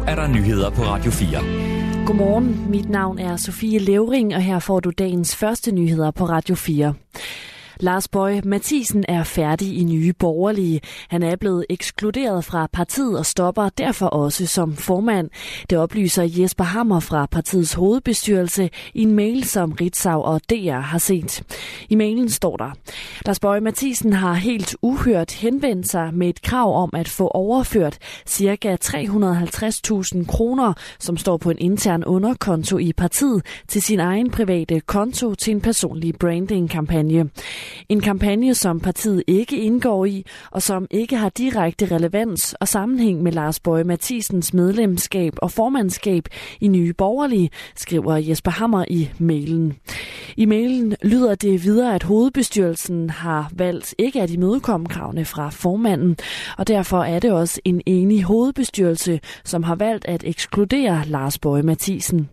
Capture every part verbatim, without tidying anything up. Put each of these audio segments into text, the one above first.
er der nyheder på Radio fire. Godmorgen, mit navn er Sofie Levering, og her får du dagens første nyheder på Radio fire. Lars Boje Mathiesen er færdig i Nye Borgerlige. Han er blevet ekskluderet fra partiet og stopper derfor også som formand. Det oplyser Jesper Hammer fra partiets hovedbestyrelse i en mail, som Ritzau og D R har set. I mailen står der: Lars Boje Mathiesen har helt uhørt henvendt sig med et krav om at få overført ca. tre hundrede og halvtreds tusind kroner, som står på en intern underkonto i partiet, til sin egen private konto til en personlig branding-kampagne. En kampagne, som partiet ikke indgår i, og som ikke har direkte relevans og sammenhæng med Lars Boje Mathiesens medlemskab og formandskab i Nye Borgerlige, skriver Jesper Hammer i mailen. I mailen lyder det videre, at hovedbestyrelsen har valgt ikke at imødekomme kravene fra formanden, og derfor er det også en enig hovedbestyrelse, som har valgt at ekskludere Lars Boje Mathiesen.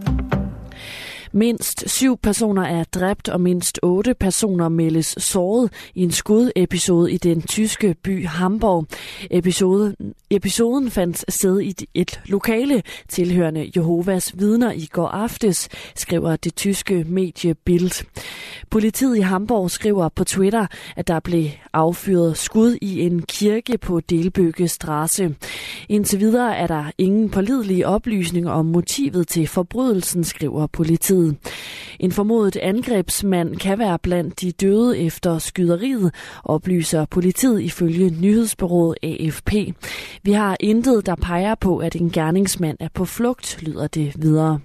Mindst syv personer er dræbt, og mindst otte personer meldes såret i en skudepisode i den tyske by Hamburg. Episoden, episoden fandt sted i et lokale tilhørende Jehovas vidner i går aftes, skriver det tyske medie Bild. Politiet i Hamburg skriver på Twitter, at der blev affyret skud i en kirke på Delbøge Strasse. Indtil videre er der ingen pålidelige oplysninger om motivet til forbrydelsen, skriver politiet. En formodet angrebsmand kan være blandt de døde efter skyderiet, oplyser politiet ifølge nyhedsbureauet A F P. Vi har intet, der peger på, at en gerningsmand er på flugt, lyder det videre.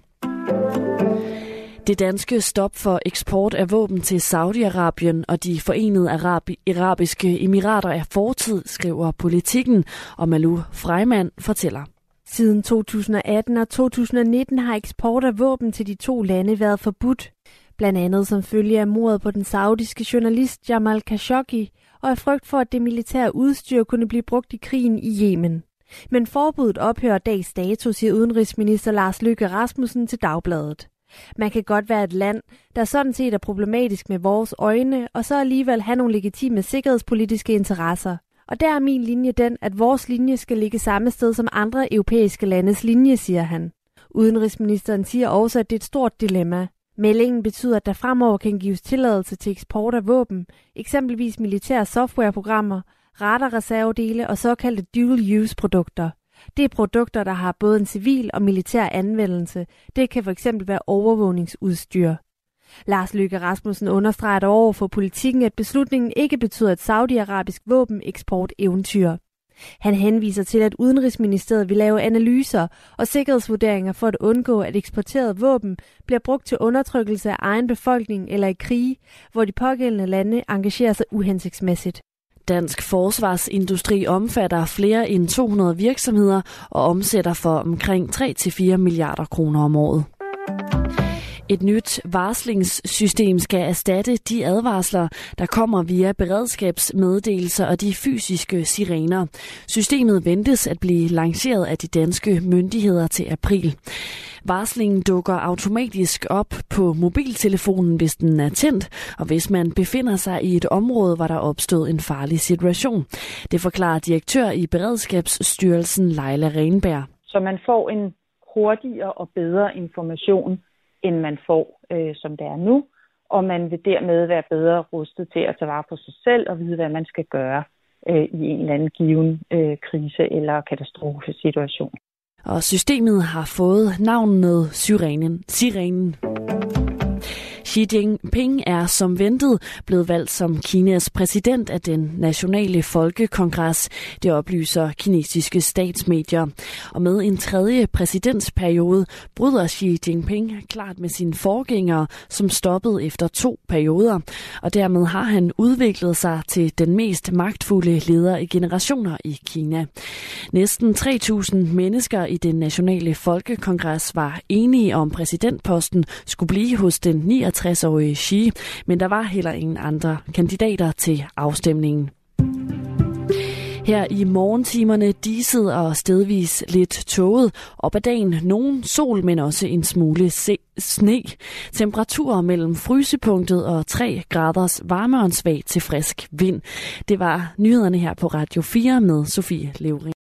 Det danske stop for eksport af våben til Saudi-Arabien og de forenede Arabi- arabiske emirater er fortid, skriver Politikken, og Malou Freimann fortæller. Siden to tusind og atten og to tusind og nitten har eksport af våben til de to lande været forbudt. Blandt andet som følge af mordet på den saudiske journalist Jamal Khashoggi og af frygt for, at det militære udstyr kunne blive brugt i krigen i Yemen. Men forbuddet ophører dags dato, siger udenrigsminister Lars Løkke Rasmussen til Dagbladet. Man kan godt være et land, der sådan set er problematisk med vores øjne, og så alligevel have nogle legitime sikkerhedspolitiske interesser. Og der er min linje den, at vores linje skal ligge samme sted som andre europæiske landes linje, siger han. Udenrigsministeren siger også, at det er et stort dilemma. Meldingen betyder, at der fremover kan gives tilladelse til eksport af våben, eksempelvis militære softwareprogrammer, radarreservedele og såkaldte dual-use-produkter. Det er produkter, der har både en civil og militær anvendelse. Det kan fx være overvågningsudstyr. Lars Løkke Rasmussen understreger over for Politikken, at beslutningen ikke betyder et saudiarabisk våbeneksport-eventyr. Han henviser til, at Udenrigsministeriet vil lave analyser og sikkerhedsvurderinger for at undgå, at eksporteret våben bliver brugt til undertrykkelse af egen befolkning eller i krige, hvor de pågældende lande engagerer sig uhensigtsmæssigt. Dansk forsvarsindustri omfatter flere end to hundrede virksomheder og omsætter for omkring tre til fire milliarder kroner om året. Et nyt varslingssystem skal erstatte de advarsler, der kommer via beredskabsmeddelelser og de fysiske sirener. Systemet ventes at blive lanceret af de danske myndigheder til april. Varslingen dukker automatisk op på mobiltelefonen, hvis den er tændt, og hvis man befinder sig i et område, hvor der er opstået en farlig situation. Det forklarer direktør i Beredskabsstyrelsen, Leila Renberg. Så man får en hurtigere og bedre information, end man får, øh, som det er nu, og man vil dermed være bedre rustet til at tage vare på sig selv og vide, hvad man skal gøre øh, i en eller anden given øh, krise eller katastrofesituation. Og systemet har fået navnet Sirenen. Sirenen. Xi Jinping er som ventet blevet valgt som Kinas præsident af den nationale folkekongres, det oplyser kinesiske statsmedier. Og med en tredje præsidentsperiode bryder Xi Jinping klart med sine forgængere, som stoppede efter to perioder. Og dermed har han udviklet sig til den mest magtfulde leder i generationer i Kina. Næsten tre tusind mennesker i den nationale folkekongres var enige om præsidentposten skulle blive hos den niogtres-årige Xi, men der var heller ingen andre kandidater til afstemningen. Her i morgentimerne disede og stedvis lidt tåget, op ad dagen nogen sol, men også en smule sne. Temperaturer mellem frysepunktet og tre graders varme og en svag til frisk vind. Det var nyhederne her på Radio fire med Sofie Levering.